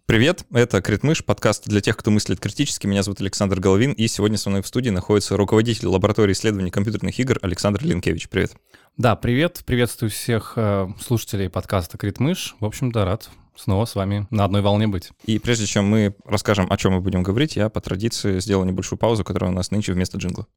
Привет, это Критмыш, подкаст для тех, кто мыслит критически. Меня зовут Александр Головин, и сегодня со мной в студии находится руководитель лаборатории исследований компьютерных игр Александр Линкевич. Привет. Да, привет. Приветствую всех слушателей подкаста Критмыш. В общем-то, рад снова с вами на одной волне быть. И прежде чем мы расскажем, о чем мы будем говорить, я по традиции сделаю небольшую паузу, которая у нас нынче вместо джингла.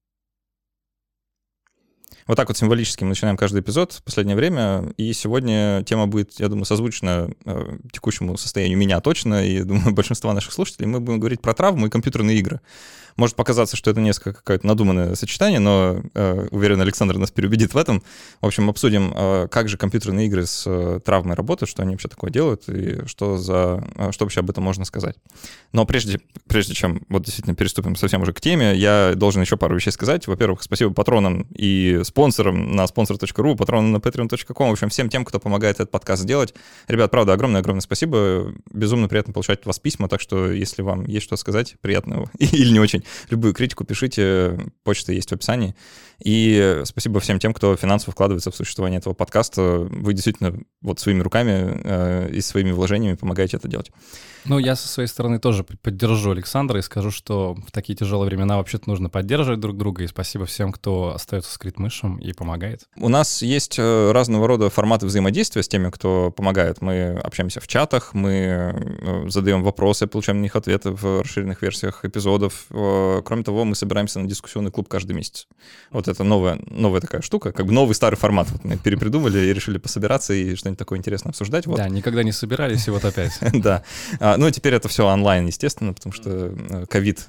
Вот так вот символически мы начинаем каждый эпизод в последнее время, и сегодня тема будет, я думаю, созвучна текущему состоянию меня точно, и, думаю, большинства наших слушателей. Мы будем говорить про травму и компьютерные игры. Может показаться, что это несколько какое-то надуманное сочетание, но, уверен, Александр нас переубедит в этом. В общем, обсудим, как же компьютерные игры с травмой работают, что они вообще такое делают, и что вообще об этом можно сказать. Но прежде чем вот действительно переступим совсем уже к теме, я должен еще пару вещей сказать. Во-первых, спасибо патронам и спонсорам на sponsor.ru, патронам на patreon.com, в общем, всем тем, кто помогает этот подкаст сделать. Ребят, правда, огромное-огромное спасибо. Безумно приятно получать от вас письма, так что если вам есть что сказать приятного или не очень, любую критику пишите, почта есть в описании. И спасибо всем тем, кто финансово вкладывается в существование этого подкаста. Вы действительно вот своими руками и своими вложениями помогаете это делать. Ну, я со своей стороны тоже поддержу Александра и скажу, что в такие тяжелые времена вообще-то нужно поддерживать друг друга. И спасибо всем, кто остается с Критмышем и помогает. У нас есть разного рода форматы взаимодействия с теми, кто помогает. Мы общаемся в чатах, мы задаем вопросы, получаем на них ответы в расширенных версиях эпизодов. Кроме того, мы собираемся на дискуссионный клуб каждый месяц. Вот это новая такая штука, как бы новый старый формат. Вот мы перепридумали и решили пособираться и что-нибудь такое интересное обсуждать. Вот. Да, никогда не собирались, и вот опять. Да. Ну и теперь это все онлайн, естественно, потому что ковид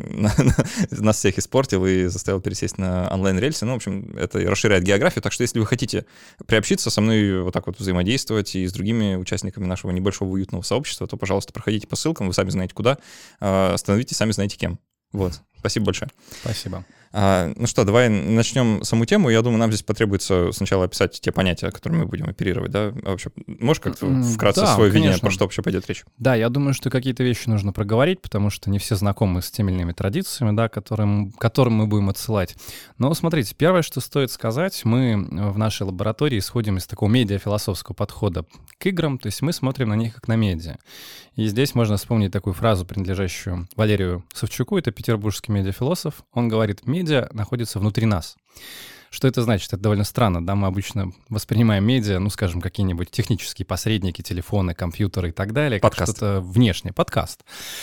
нас всех испортил и заставил пересесть на онлайн-рельсы. Ну, в общем, это расширяет географию. Так что если вы хотите приобщиться со мной, вот так вот взаимодействовать и с другими участниками нашего небольшого уютного сообщества, то, пожалуйста, проходите по ссылкам, вы сами знаете куда, становитесь сами знаете кем. Вот. Спасибо большое. Спасибо. Ну что, давай начнем саму тему. Я думаю, нам здесь потребуется сначала описать те понятия, которыми мы будем оперировать, да? Вообще, можешь как-то вкратце свое видение, про что вообще пойдет речь? Да, я думаю, что какие-то вещи нужно проговорить, потому что не все знакомы с теми или иными традициями, да, которым мы будем отсылать. Но смотрите, первое, что стоит сказать, мы в нашей лаборатории исходим из такого медиафилософского подхода к играм, то есть мы смотрим на них как на медиа. И здесь можно вспомнить такую фразу, принадлежащую Валерию Савчуку, это петербургский медиафилософ. Он говорит: медиа находится внутри нас. Что это значит? Это довольно странно, да, мы обычно воспринимаем медиа, ну, скажем, какие-нибудь технические посредники, телефоны, компьютеры и так далее, как что-то внешнее, подкаст.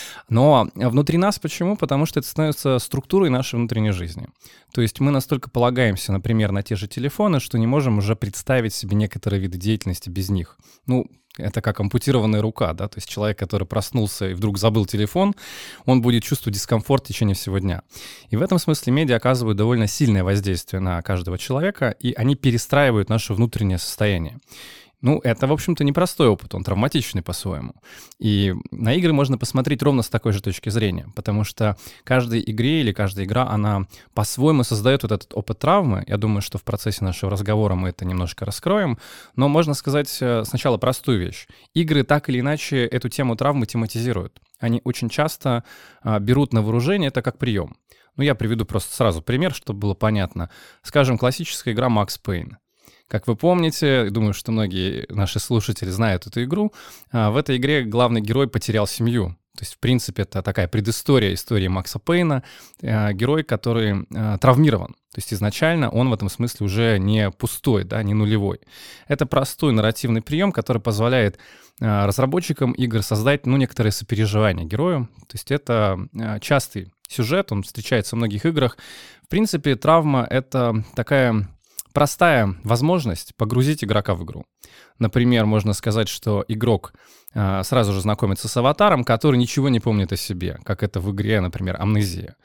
Но внутри нас почему? Потому что это становится структурой нашей внутренней жизни. То есть мы настолько полагаемся, например, на те же телефоны, что не можем уже представить себе некоторые виды деятельности без них. Ну, это как ампутированная рука, да, то есть человек, который проснулся и вдруг забыл телефон, он будет чувствовать дискомфорт в течение всего дня. И в этом смысле медиа оказывают довольно сильное воздействие на каждого человека, и они перестраивают наше внутреннее состояние. Ну, это, в общем-то, непростой опыт, он травматичный по-своему. И на игры можно посмотреть ровно с такой же точки зрения, потому что каждой игре или каждая игра, она по-своему создает вот этот опыт травмы. Я думаю, что в процессе нашего разговора мы это немножко раскроем, но можно сказать сначала простую вещь. Игры так или иначе эту тему травмы тематизируют. Они очень часто берут на вооружение это как прием. Ну, я приведу просто сразу пример, чтобы было понятно. Скажем, классическая игра Max Payne. Как вы помните, думаю, что многие наши слушатели знают эту игру, в этой игре главный герой потерял семью. То есть, в принципе, это такая предыстория истории Макса Пейна. Герой, который травмирован. То есть изначально он в этом смысле уже не пустой, да, не нулевой. Это простой нарративный прием, который позволяет разработчикам игр создать, ну, некоторое сопереживание герою. То есть это частый сюжет, он встречается в многих играх. В принципе, травма — это такая простая возможность погрузить игрока в игру. Например, можно сказать, что игрок сразу же знакомится с аватаром, который ничего не помнит о себе, как это в игре, например, «Амнезия».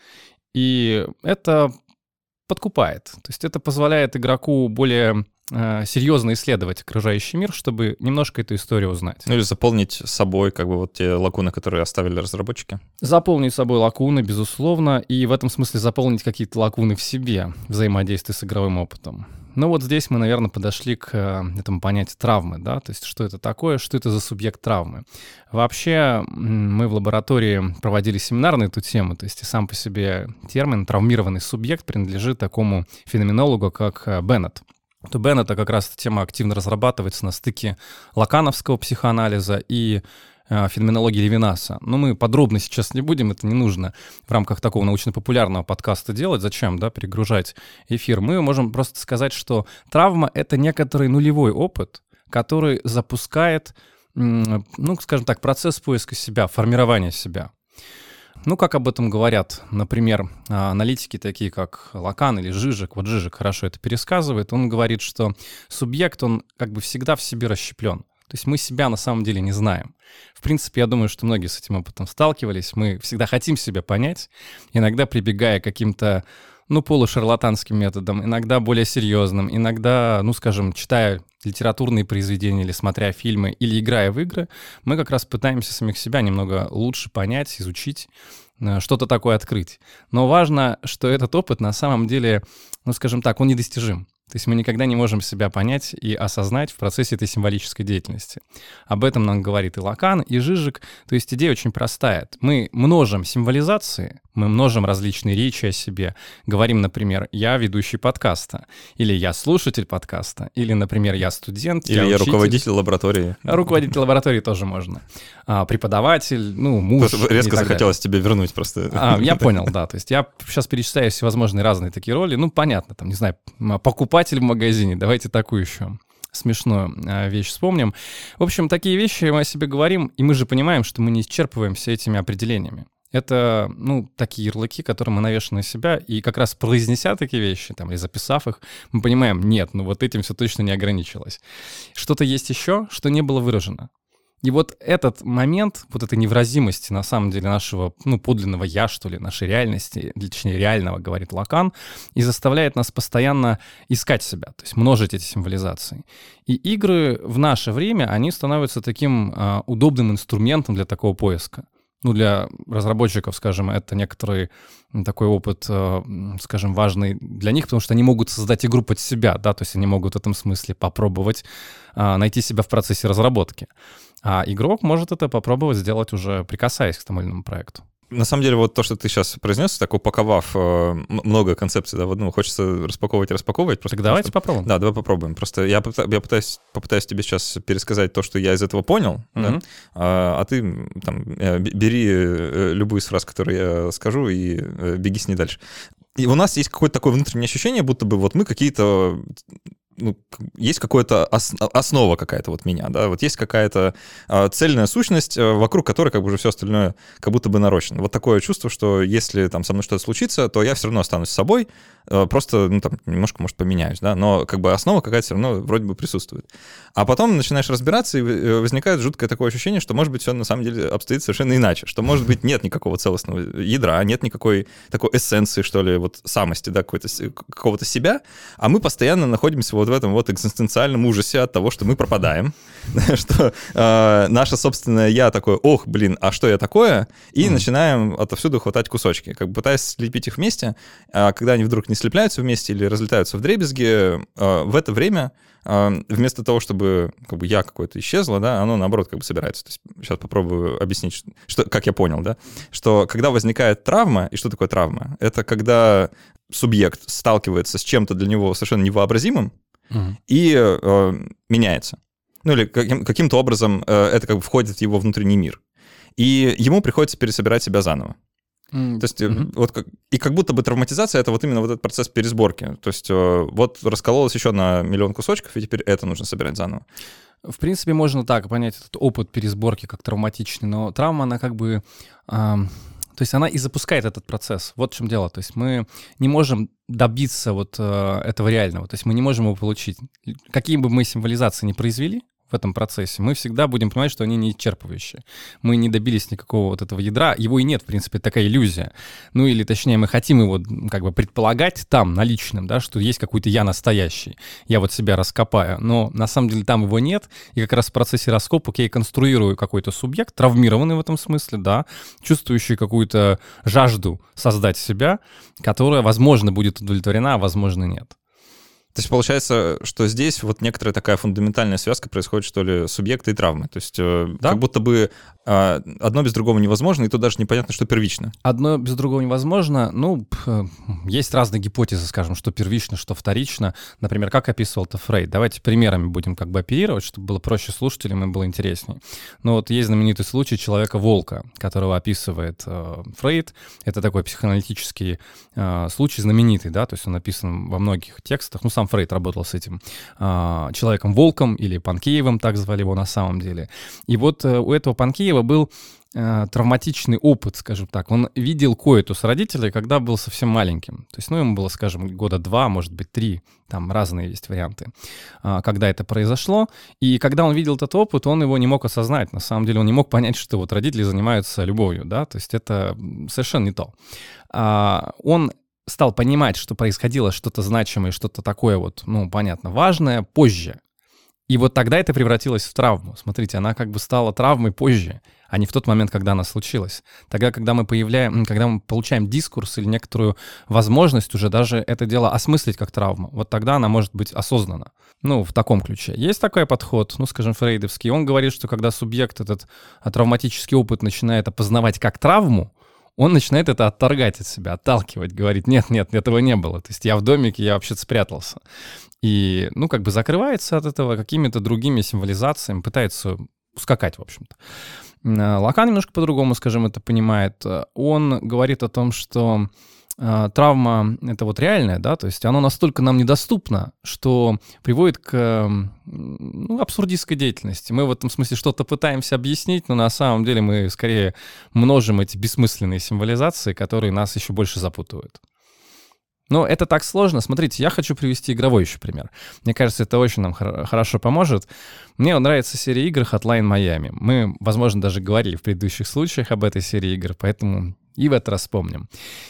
И это подкупает. То есть это позволяет игроку более серьезно исследовать окружающий мир, чтобы немножко эту историю узнать. Ну или заполнить собой как бы вот те лакуны, которые оставили разработчики. Заполнить собой лакуны, безусловно, и в этом смысле заполнить какие-то лакуны в себе, взаимодействие с игровым опытом. Ну вот здесь мы, наверное, подошли к этому понятию травмы, да, то есть что это такое, что это за субъект травмы. Вообще мы в лаборатории проводили семинар на эту тему, то есть и сам по себе термин «травмированный субъект» принадлежит такому феноменологу, как Беннет. То Беннета как раз эта тема активно разрабатывается на стыке лакановского психоанализа и феноменологии Левинаса. Но мы подробно сейчас не будем, это не нужно в рамках такого научно-популярного подкаста делать. Зачем, да, перегружать эфир? Мы можем просто сказать, что травма — это некоторый нулевой опыт, который запускает, ну, скажем так, процесс поиска себя, формирования себя. Ну, как об этом говорят, например, аналитики такие, как Лакан или Жижик. Вот Жижик хорошо это пересказывает. Он говорит, что субъект, он как бы всегда в себе расщеплен. То есть мы себя на самом деле не знаем. В принципе, я думаю, что многие с этим опытом сталкивались. Мы всегда хотим себя понять, иногда прибегая к каким-то, ну, полушарлатанским методом, иногда более серьезным, иногда, ну, скажем, читая литературные произведения или смотря фильмы, или играя в игры, мы как раз пытаемся самих себя немного лучше понять, изучить, что-то такое открыть. Но важно, что этот опыт на самом деле, ну, скажем так, он недостижим. То есть мы никогда не можем себя понять и осознать в процессе этой символической деятельности. Об этом нам говорит и Лакан, и Жижик. То есть идея очень простая. Мы множим символизации, мы множим различные речи о себе. Говорим, например, я ведущий подкаста, или я слушатель подкаста, или, например, я студент, или я руководитель лаборатории. Руководитель лаборатории тоже можно. Преподаватель, ну, муж. Резко захотелось тебе вернуть просто. Я понял, да. То есть я сейчас перечисляю всевозможные разные такие роли. Ну, понятно, там, не знаю, покупатель в магазине. Давайте такую еще смешную вещь вспомним. В общем, такие вещи мы о себе говорим, и мы же понимаем, что мы не исчерпываемся этими определениями. Это, ну, такие ярлыки, которые мы навешаны на себя, и как раз произнеся такие вещи, там, или записав их, мы понимаем, нет, ну вот этим все точно не ограничилось. Что-то есть еще, что не было выражено. И вот этот момент, вот этой невразимости, на самом деле, нашего, ну, подлинного «я», что ли, нашей реальности, точнее, реального, говорит Лакан, и заставляет нас постоянно искать себя, то есть множить эти символизации. И игры в наше время, они становятся таким удобным инструментом для такого поиска. Ну, для разработчиков, скажем, это некоторый такой опыт, скажем, важный для них, потому что они могут создать игру под себя, да, то есть они могут в этом смысле попробовать найти себя в процессе разработки. А игрок может это попробовать сделать уже прикасаясь к тому или иному проекту. На самом деле, вот то, что ты сейчас произнес, так упаковав много концепций, да, в одну, хочется распаковывать. Просто так давайте попробуем. Да, давай попробуем. Просто я попытаюсь тебе сейчас пересказать то, что я из этого понял, да? А ты там бери любую из фраз, которые я скажу, и беги с ней дальше. И у нас есть какое-то такое внутреннее ощущение, будто бы вот мы какие-то... Ну, есть какая-то основа какая-то вот меня, да, вот есть какая-то цельная сущность, вокруг которой как бы уже все остальное как будто бы нарощено. Вот такое чувство, что если там со мной что-то случится, то я все равно останусь собой, просто, ну, там, немножко, может, поменяюсь, да, но как бы основа какая-то все равно вроде бы присутствует. А потом начинаешь разбираться, и возникает жуткое такое ощущение, что, может быть, все на самом деле обстоит совершенно иначе, что, может быть, нет никакого целостного ядра, нет никакой такой эссенции, что ли, вот самости, да, какого-то себя, а мы постоянно находимся вот в этом вот экзистенциальном ужасе от того, что мы пропадаем, что наше собственное «я» такое «ох, блин, а что я такое?» и начинаем отовсюду хватать кусочки, как бы пытаясь слепить их вместе, а когда они вдруг не слепляются вместе или разлетаются вдребезги, в это время вместо того, чтобы как бы я какое-то исчезло, да, оно наоборот как бы собирается. То есть сейчас попробую объяснить, как я понял, да, что когда возникает травма, и что такое травма? Это когда субъект сталкивается с чем-то для него совершенно невообразимым и меняется. Ну или каким-то образом это как бы входит в его внутренний мир. И ему приходится пересобирать себя заново. То есть вот как будто бы травматизация — это вот именно вот этот процесс пересборки. То есть вот раскололось еще на миллион кусочков, и теперь это нужно собирать заново. В принципе, можно так понять этот опыт пересборки как травматичный, но травма, она как бы... То есть она и запускает этот процесс. Вот в чем дело. То есть мы не можем добиться вот этого реального. То есть мы не можем его получить. Какие бы мы символизации ни произвели в этом процессе, мы всегда будем понимать, что они не исчерпывающие. Мы не добились никакого вот этого ядра, его и нет, в принципе, такая иллюзия. Ну или, точнее, мы хотим его как бы предполагать там, наличным, да, что есть какой-то я настоящий, я вот себя раскопаю, но на самом деле там его нет, и как раз в процессе раскопок я конструирую какой-то субъект, травмированный в этом смысле, да, чувствующий какую-то жажду создать себя, которая, возможно, будет удовлетворена, а возможно, нет. То есть получается, что здесь вот некоторая такая фундаментальная связка происходит, что ли, субъекта и травмы. То есть Да? как будто бы одно без другого невозможно, и тут даже непонятно, что первично. Одно без другого невозможно. Есть разные гипотезы, скажем, что первично, что вторично. Например, как описывал это Фрейд. Давайте примерами будем как бы оперировать, чтобы было проще слушателям и было интереснее. Но вот есть знаменитый случай Человека-волка, которого описывает Фрейд. Это такой психоаналитический случай знаменитый, да, то есть он написан во многих текстах. Сам Фрейд работал с этим Человеком-волком или Панкеевым, так звали его на самом деле. И вот у этого Панкеева был травматичный опыт, скажем так. Он видел коитус родителей, когда был совсем маленьким. То есть, ему было, скажем, 2 года, может быть, 3, там разные есть варианты, когда это произошло. И когда он видел этот опыт, он его не мог осознать. На самом деле он не мог понять, что вот родители занимаются любовью, да, то есть это совершенно не то. Он стал понимать, что происходило что-то значимое, что-то такое вот, понятно, важное позже. И вот тогда это превратилось в травму. Смотрите, она как бы стала травмой позже, а не в тот момент, когда она случилась. Тогда, когда мы получаем дискурс или некоторую возможность уже даже это дело осмыслить как травму, вот тогда она может быть осознана. В таком ключе. Есть такой подход, скажем, фрейдовский. Он говорит, что когда субъект этот травматический опыт начинает опознавать как травму, он начинает это отторгать от себя, отталкивать, говорит, нет, этого не было. То есть я в домике, я вообще-то спрятался. И, закрывается от этого какими-то другими символизациями, пытается ускакать, в общем-то. Лакан немножко по-другому, скажем, это понимает. Он говорит о том, что травма — это вот реальная, да, то есть оно настолько нам недоступно, что приводит к абсурдистской деятельности. Мы в этом смысле что-то пытаемся объяснить, но на самом деле мы скорее множим эти бессмысленные символизации, которые нас еще больше запутывают. Но это так сложно. Смотрите, я хочу привести игровой еще пример. Мне кажется, это очень нам хорошо поможет. Мне нравится серия игр Hotline Miami. Мы, возможно, даже говорили в предыдущих случаях об этой серии игр, поэтому и в этот раз вспомним.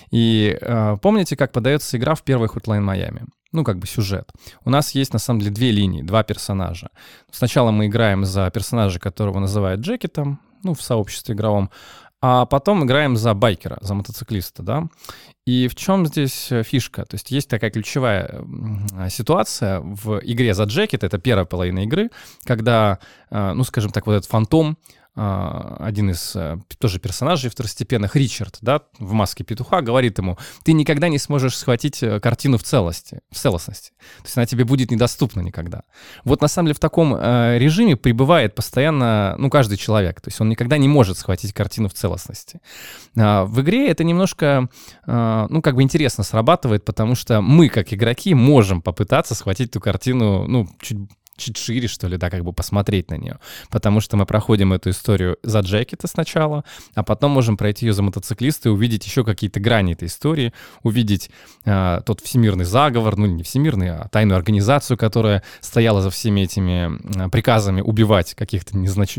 И помните, как подается игра в первый Hotline Miami? Сюжет. У нас есть, на самом деле, 2 линии, 2 персонажа. Сначала мы играем за персонажа, которого называют Джекетом, в сообществе игровом, а потом играем за байкера, за мотоциклиста, да. И в чем здесь фишка? То есть есть такая ключевая ситуация в игре за Джекет, это первая половина игры, когда, скажем так, вот этот фантом, один из тоже персонажей второстепенных, Ричард, да, в маске петуха, говорит ему, ты никогда не сможешь схватить картину в целостности. То есть она тебе будет недоступна никогда. Вот на самом деле в таком режиме пребывает постоянно, каждый человек. То есть он никогда не может схватить картину в целостности. В игре это немножко, интересно срабатывает, потому что мы, как игроки, можем попытаться схватить эту картину, чуть шире, что ли, да, посмотреть на нее. Потому что мы проходим эту историю за Джекета сначала, а потом можем пройти ее за мотоциклиста и увидеть еще какие-то грани этой истории, увидеть тот всемирный заговор, не всемирный, а тайную организацию, которая стояла за всеми этими приказами убивать каких-то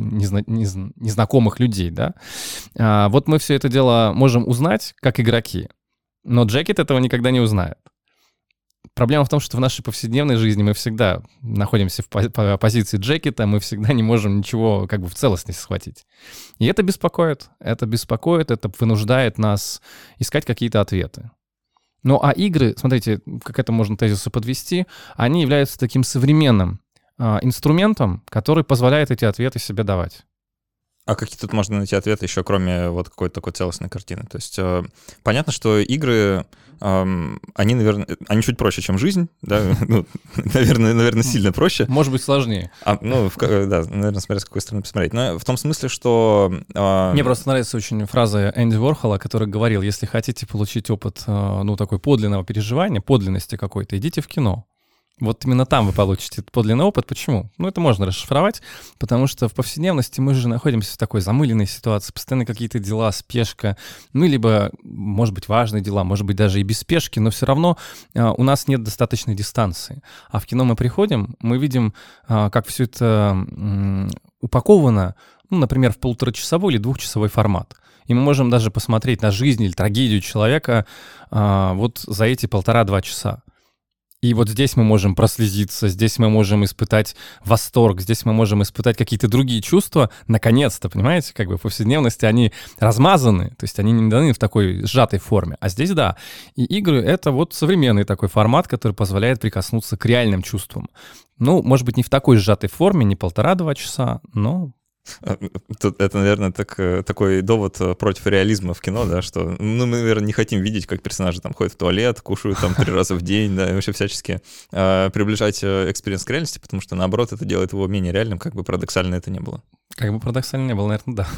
незнакомых людей, да. Вот мы все это дело можем узнать как игроки, но Джекет этого никогда не узнает. Проблема в том, что в нашей повседневной жизни мы всегда находимся в позиции Джекета, мы всегда не можем ничего в целостности схватить. И это беспокоит, это вынуждает нас искать какие-то ответы. А игры, смотрите, как это можно тезису подвести, они являются таким современным инструментом, который позволяет эти ответы себе давать. А какие тут можно найти ответы еще, кроме вот какой-то такой целостной картины? То есть понятно, что игры, они, наверное, они чуть проще, чем жизнь, да, наверное, сильно проще. Может быть, сложнее. Да, наверное, смотря с какой стороны посмотреть. Но в том смысле, что... Мне просто нравится очень фраза Энди Уорхола, который говорил, если хотите получить опыт, такой подлинного переживания, подлинности какой-то, идите в кино. Вот именно там вы получите подлинный опыт. Почему? Это можно расшифровать, потому что в повседневности мы же находимся в такой замыленной ситуации, постоянно какие-то дела, спешка, либо, может быть, важные дела, может быть, даже и без спешки, но все равно у нас нет достаточной дистанции. А в кино мы приходим, мы видим, как все это упаковано, например, в 1,5-часовой или 2-часовой формат. И мы можем даже посмотреть на жизнь или трагедию человека вот за эти 1,5-2 часа. И вот здесь мы можем прослезиться, здесь мы можем испытать восторг, здесь мы можем испытать какие-то другие чувства. Наконец-то, понимаете, как бы в повседневности они размазаны, то есть они не даны в такой сжатой форме. А здесь да. И игры — это вот современный такой формат, который позволяет прикоснуться к реальным чувствам. Ну, может быть, не в такой сжатой форме, не 1,5-2 часа, но... Это, наверное, такой довод против реализма в кино, да, что мы, наверное, не хотим видеть, как персонажи там ходят в туалет, кушают там 3 раза в день, да, и вообще всячески приближать экспириенс к реальности, потому что, наоборот, это делает его менее реальным, как бы парадоксально это не было. Как бы парадоксально не было, наверное, да.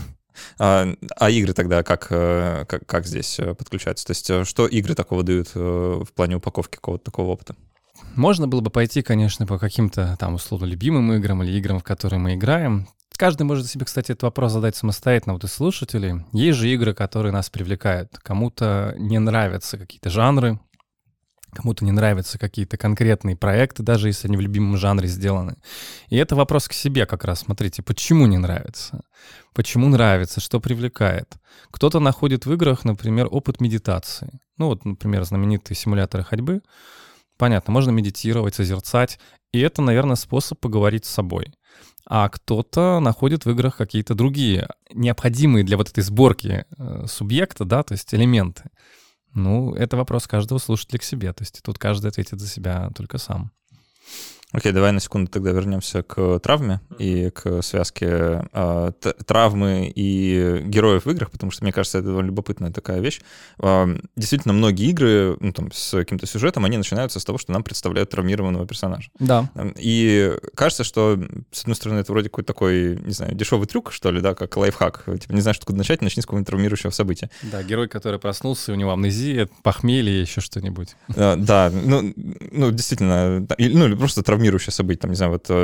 А игры тогда как здесь подключаются? То есть что игры такого дают в плане упаковки какого-то такого опыта? Можно было бы пойти, конечно, по каким-то там условно любимым играм или играм, в которые мы играем. Каждый может себе, кстати, этот вопрос задать самостоятельно, вот и слушатели. Есть же игры, которые нас привлекают. Кому-то не нравятся какие-то жанры, кому-то не нравятся какие-то конкретные проекты, даже если они в любимом жанре сделаны. И это вопрос к себе как раз. Смотрите, почему не нравится? Почему нравится? Что привлекает? Кто-то находит в играх, например, опыт медитации. Ну вот, например, знаменитые симуляторы ходьбы. Понятно, можно медитировать, созерцать. И это, наверное, способ поговорить с собой. А кто-то находит в играх какие-то другие, необходимые для вот этой сборки субъекта, да, то есть элементы. Ну, это вопрос каждого слушателя к себе. То есть тут каждый ответит за себя только сам. Окей, давай на секунду тогда вернемся к травме и к связке травмы и героев в играх, потому что, мне кажется, это довольно любопытная такая вещь. Действительно, многие игры, ну, там, с каким-то сюжетом, они начинаются с того, что нам представляют травмированного персонажа. Да. И кажется, что, с одной стороны, это вроде какой-то такой, не знаю, дешевый трюк, что ли, да, как лайфхак. Типа, не знаешь, откуда начать, начни с какого-нибудь травмирующего события. Да, герой, который проснулся, у него амнезия, похмелье, еще что-нибудь. Да, ну, действительно, или просто травмирующее событие. Там, не знаю, вот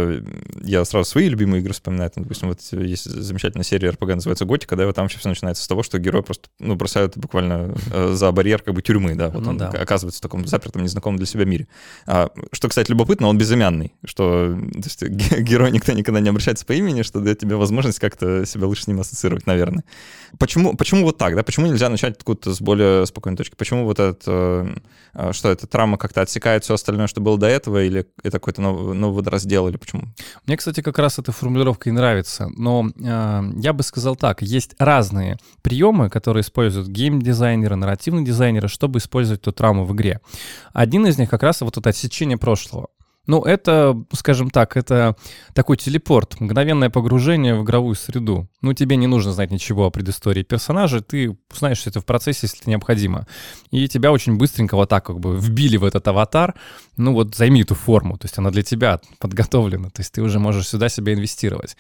я сразу свои любимые игры вспоминаю. Там, допустим, вот есть замечательная серия RPG, называется «Готика», да, и вот там вообще все начинается с того, что героя просто, ну, бросают буквально за барьер как бы тюрьмы, да, вот он оказывается в таком запертом, незнакомом для себя мире. Что, кстати, любопытно, он безымянный, что, то есть, герой никогда не обращается по имени, что дает тебе возможность как-то себя лучше с ним ассоциировать, наверное. Почему вот так, да? Почему нельзя начать откуда-то с более спокойной точки? Почему вот это, что это, травма как-то отсекает все остальное, что было до этого, или это какой-то новый водораздел, или почему? Мне, кстати, как раз эта формулировка и нравится, но я бы сказал так, есть разные приемы, которые используют гейм-дизайнеры, нарративные дизайнеры, чтобы использовать эту травму в игре. Один из них как раз вот это отсечение прошлого. Ну, это, скажем так, это такой телепорт, мгновенное погружение в игровую среду. Ну, тебе не нужно знать ничего о предыстории персонажа, ты узнаешь это в процессе, если это необходимо. И тебя очень быстренько вот так как бы вбили в этот аватар, ну вот займи эту форму, то есть она для тебя подготовлена, то есть ты уже можешь сюда себя инвестировать.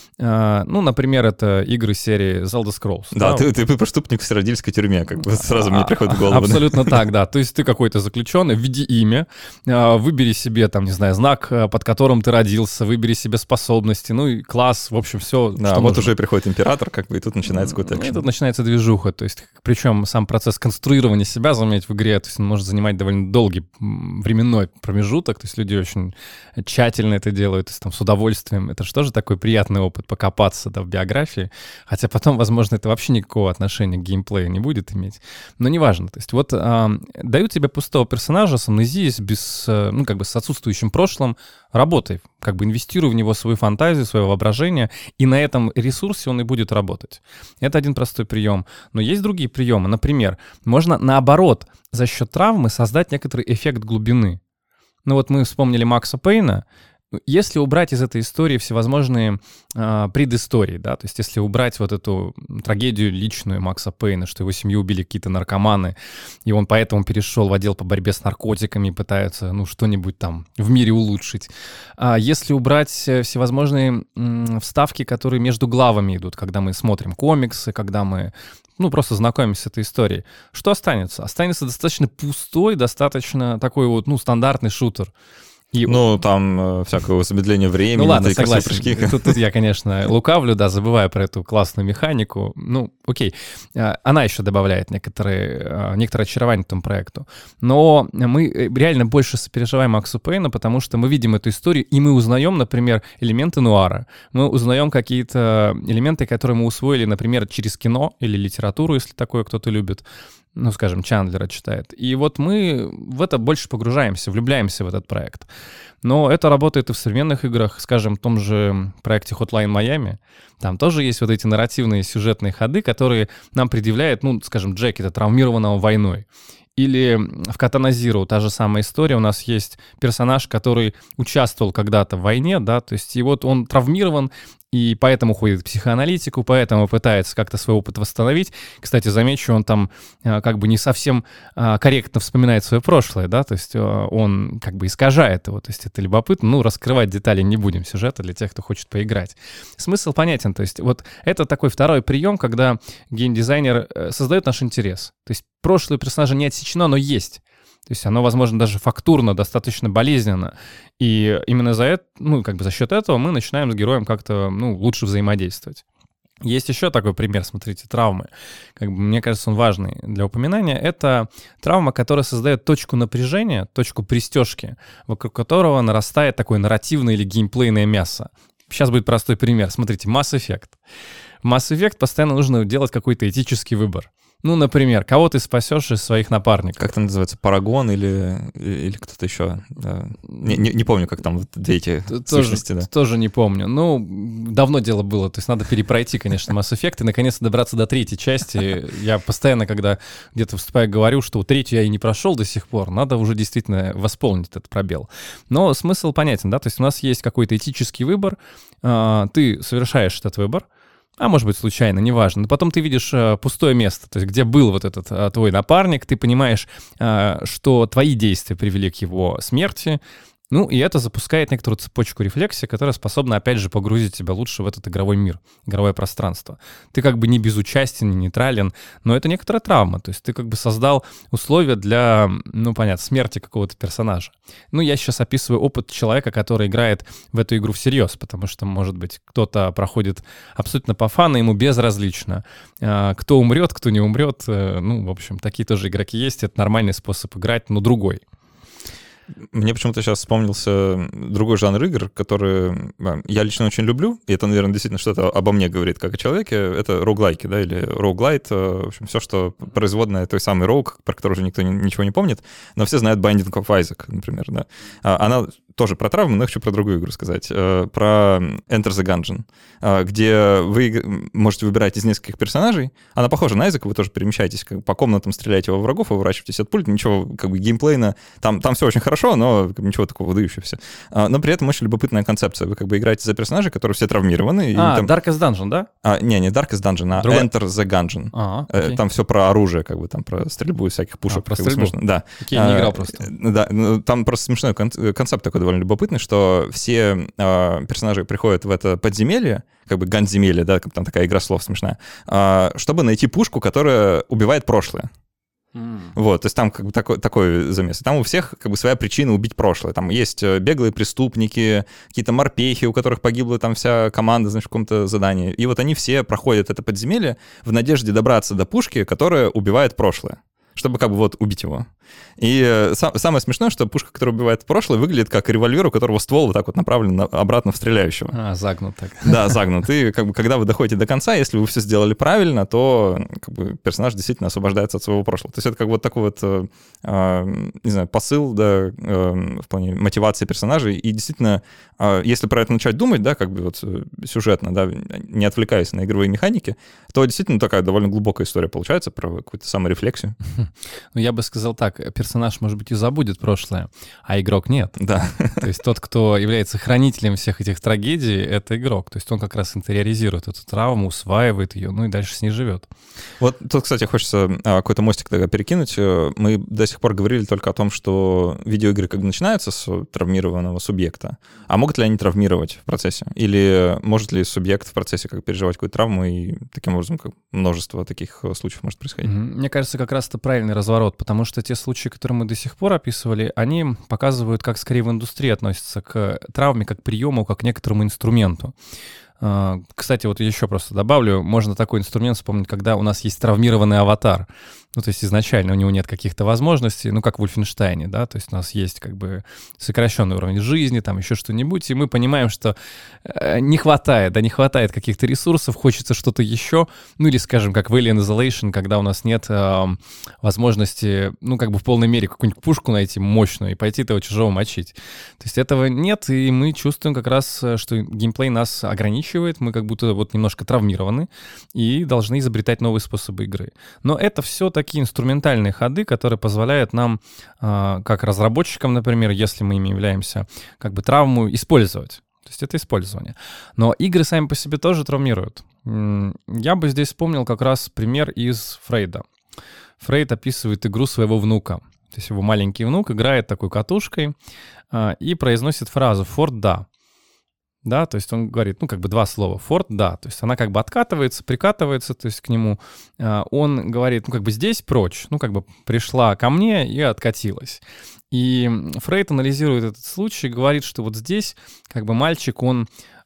Ну, например, это игры серии The Elder Scrolls. Да, ты преступник в сиродильской тюрьме, как бы сразу мне приходит в голову. Абсолютно так, да. То есть ты какой-то заключенный, введи имя, выбери себе, там, не знаю, знак, под которым ты родился, выбери себе способности, ну и класс, в общем, все, да, что вот нужно. Уже приходит император, как бы, и тут начинается какой-то экшен. И тут начинается движуха, то есть, причем сам процесс конструирования себя, заметь, в игре, то есть он может занимать довольно долгий временной промежуток, то есть люди очень тщательно это делают, то есть там с удовольствием. Это же тоже такой приятный опыт покопаться, да, в биографии, хотя потом, возможно, это вообще никакого отношения к геймплею не будет иметь, но неважно. То есть вот дают тебе пустого персонажа с амнезией, ну, как бы с отсутствующим прошлым, работай, как бы инвестируй в него свою фантазию, свое воображение, и на этом ресурсе он и будет работать. Это один простой прием. Но есть другие приемы. Например, можно наоборот за счет травмы создать некоторый эффект глубины. Ну вот мы вспомнили Макса Пейна. Если убрать из этой истории всевозможные предыстории, да, то есть если убрать вот эту трагедию личную Макса Пейна, что его семью убили какие-то наркоманы, и он поэтому перешел в отдел по борьбе с наркотиками и пытается, ну, что-нибудь там в мире улучшить. Если убрать всевозможные вставки, которые между главами идут, когда мы смотрим комиксы, когда мы просто знакомимся с этой историей, что останется? Останется достаточно пустой, достаточно такой вот, стандартный шутер. Там всякое замедление времени. Ну ладно, согласен. Тут я, конечно, лукавлю, да, забываю про эту классную механику. Ну, окей, она еще добавляет некоторое очарование этому проекту. Но мы реально больше сопереживаем Максу Пейну, потому что мы видим эту историю, и мы узнаем, например, элементы нуара. Мы узнаем какие-то элементы, которые мы усвоили, например, через кино или литературу, если такое кто-то любит. Ну, скажем, Чандлера читает. И вот мы в это больше погружаемся, влюбляемся в этот проект. Но это работает и в современных играх, скажем, в том же проекте Hotline Miami. Там тоже есть вот эти нарративные сюжетные ходы, которые нам предъявляет, ну, скажем, Джеки, травмированного войной. Или в Katana Zero та же самая история. У нас есть персонаж, который участвовал когда-то в войне, да, то есть и вот он травмирован, и поэтому ходит к психоаналитику, поэтому пытается как-то свой опыт восстановить. Кстати, замечу, он там как бы не совсем корректно вспоминает свое прошлое, да, то есть он как бы искажает его, то есть это любопытно. Ну, раскрывать детали не будем сюжета для тех, кто хочет поиграть. Смысл понятен, то есть вот это такой второй прием, когда геймдизайнер создает наш интерес. То есть прошлое персонажа не отсечено, но есть. То есть оно, возможно, даже фактурно, достаточно болезненно. И именно за счет этого мы начинаем с героем как-то, лучше взаимодействовать. Есть еще такой пример, смотрите, травмы. Мне кажется, он важный для упоминания. Это травма, которая создает точку напряжения, точку пристежки, вокруг которого нарастает такое нарративное или геймплейное мясо. Сейчас будет простой пример. Смотрите, Mass Effect. В Mass Effect постоянно нужно делать какой-то этический выбор. Ну, например, кого ты спасешь из своих напарников? Как это называется? Парагон или кто-то еще? Не помню, как там вот эти сущности. Да. Тоже не помню. Давно дело было. То есть надо перепройти, конечно, Mass Effect и наконец-то добраться до третьей части. Я постоянно, когда где-то выступаю, говорю, что третью я и не прошел до сих пор. Надо уже действительно восполнить этот пробел. Но смысл понятен, да? То есть у нас есть какой-то этический выбор. Ты совершаешь этот выбор. А может быть, случайно, неважно. Но потом ты видишь пустое место, то есть где был вот этот твой напарник, ты понимаешь, что твои действия привели к его смерти, и это запускает некоторую цепочку рефлексии, которая способна, опять же, погрузить тебя лучше в этот игровой мир, игровое пространство. Ты как бы не безучастен, не нейтрален, но это некоторая травма, то есть ты как бы создал условия для, смерти какого-то персонажа. Я сейчас описываю опыт человека, который играет в эту игру всерьез, потому что, может быть, кто-то проходит абсолютно по фану, ему безразлично. Кто умрет, кто не умрет, в общем, такие тоже игроки есть, это нормальный способ играть, но другой. Мне почему-то сейчас вспомнился другой жанр игр, который я лично очень люблю, и это, наверное, действительно что-то обо мне говорит как о человеке. Это роуглайки, да, или роуглайт, в общем, все, что производное той самой роуг, про который уже никто ничего не помнит, но все знают Binding of Isaac, например, да. Она тоже про травмы, но я хочу про другую игру сказать. Про Enter the Gungeon, где вы можете выбирать из нескольких персонажей. Она похожа на Isaac, вы тоже перемещаетесь по комнатам, стреляете во врагов, уворачиваетесь от пуль, ничего как бы геймплейно. Там все очень хорошо, но ничего такого выдающегося. Но при этом очень любопытная концепция. Вы как бы играете за персонажей, которые все травмированы. Darkest Dungeon, да? Не Darkest Dungeon, а Enter the Gungeon. Там все про оружие, как бы, там про стрельбу из всяких пушек. Про стрельбу? Да. Окей, не играл просто. Да, там просто смешной концепт такой довольно любопытный, что все персонажи приходят в это подземелье, как бы ганземелье, да, там такая игра слов смешная, чтобы найти пушку, которая убивает прошлое. Вот, то есть там как бы такой замес. И там у всех как бы своя причина убить прошлое. Там есть беглые преступники, какие-то морпехи, у которых погибла там вся команда, в каком-то задании. И вот они все проходят это подземелье в надежде добраться до пушки, которая убивает прошлое, чтобы как бы вот убить его. И самое смешное, что пушка, которая убивает прошлое, выглядит как револьвер, у которого ствол вот так вот направлен обратно в стреляющего. Загнут так. Да, загнут. И как бы когда вы доходите до конца, если вы все сделали правильно, то как бы персонаж действительно освобождается от своего прошлого. То есть это как вот такой вот, не знаю, посыл, да, в плане мотивации персонажей. И действительно, если про это начать думать, да, как бы вот сюжетно, да, не отвлекаясь на игровые механики, то действительно такая довольно глубокая история получается про какую-то саморефлексию. Я бы сказал так, персонаж, может быть, и забудет прошлое, а игрок нет. Да. То есть тот, кто является хранителем всех этих трагедий, это игрок. То есть он как раз интериоризирует эту травму, усваивает ее, и дальше с ней живет. Вот тут, кстати, хочется какой-то мостик тогда перекинуть. Мы до сих пор говорили только о том, что видеоигры как бы начинаются с травмированного субъекта. А могут ли они травмировать в процессе? Или может ли субъект в процессе как переживать какую-то травму, и таким образом как множество таких случаев может происходить? Мне кажется, как раз это правильный разворот, потому что те случаи, которые мы до сих пор описывали, они показывают, как скорее в индустрии относятся к травме, как к приему, как к некоторому инструменту. Кстати, вот еще просто добавлю, можно такой инструмент вспомнить, когда у нас есть травмированный аватар. Ну, то есть изначально у него нет каких-то возможностей, ну, как в Wolfenstein, да, то есть у нас есть как бы сокращенный уровень жизни, там еще что-нибудь, и мы понимаем, что не хватает каких-то ресурсов, хочется что-то еще, ну, или, скажем, как в Alien Isolation, когда у нас нет возможности, ну, как бы в полной мере какую-нибудь пушку найти мощную и пойти этого чужого мочить. То есть этого нет, и мы чувствуем как раз, что геймплей нас ограничивает, мы как будто вот немножко травмированы и должны изобретать новые способы игры. Но это все такие инструментальные ходы, которые позволяют нам, как разработчикам, например, если мы ими являемся, как бы травму использовать. То есть это использование. Но игры сами по себе тоже травмируют. Я бы здесь вспомнил как раз пример из Фрейда. Фрейд описывает игру своего внука. То есть его маленький внук играет такой катушкой и произносит фразу «форт да». Да, то есть он говорит, ну, как бы два слова. Форт, да. То есть она как бы откатывается, прикатывается, то есть к нему. Он говорит, ну, как бы здесь прочь. Ну, как бы пришла ко мне и откатилась. И Фрейд анализирует этот случай, говорит, что вот здесь как бы мальчик, он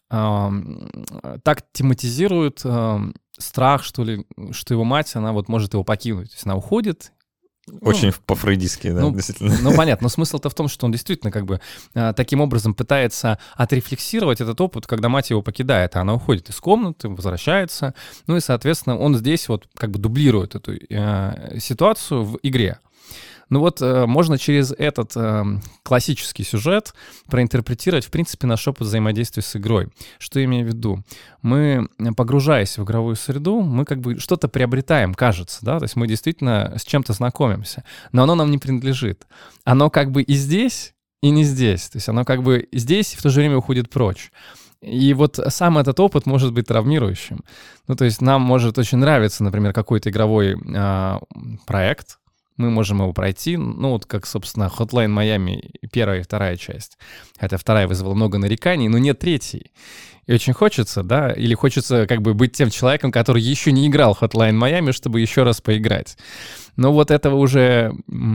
так тематизирует страх, что ли, что его мать, она вот может его покинуть. То есть она уходит. Очень по-фрейдистски, да, действительно. Ну, понятно, но смысл-то в том, что он действительно как бы таким образом пытается отрефлексировать этот опыт, когда мать его покидает, а она уходит из комнаты, возвращается, ну и, соответственно, он здесь вот как бы дублирует эту ситуацию в игре. Ну вот можно через этот классический сюжет проинтерпретировать, в принципе, наш опыт взаимодействия с игрой. Что я имею в виду? Мы, погружаясь в игровую среду, мы как бы что-то приобретаем, кажется, да, то есть мы действительно с чем-то знакомимся, но оно нам не принадлежит. Оно как бы и здесь, и не здесь. То есть оно как бы здесь и в то же время уходит прочь. И вот сам этот опыт может быть травмирующим. Ну, то есть нам может очень нравиться, например, какой-то игровой проект, мы можем его пройти, ну, вот как, собственно, Hotline Miami, первая и вторая часть. Хотя вторая вызвала много нареканий, но нет третьей. И очень хочется, да, или хочется как бы быть тем человеком, который еще не играл в Hotline Miami, чтобы еще раз поиграть. Но вот этого уже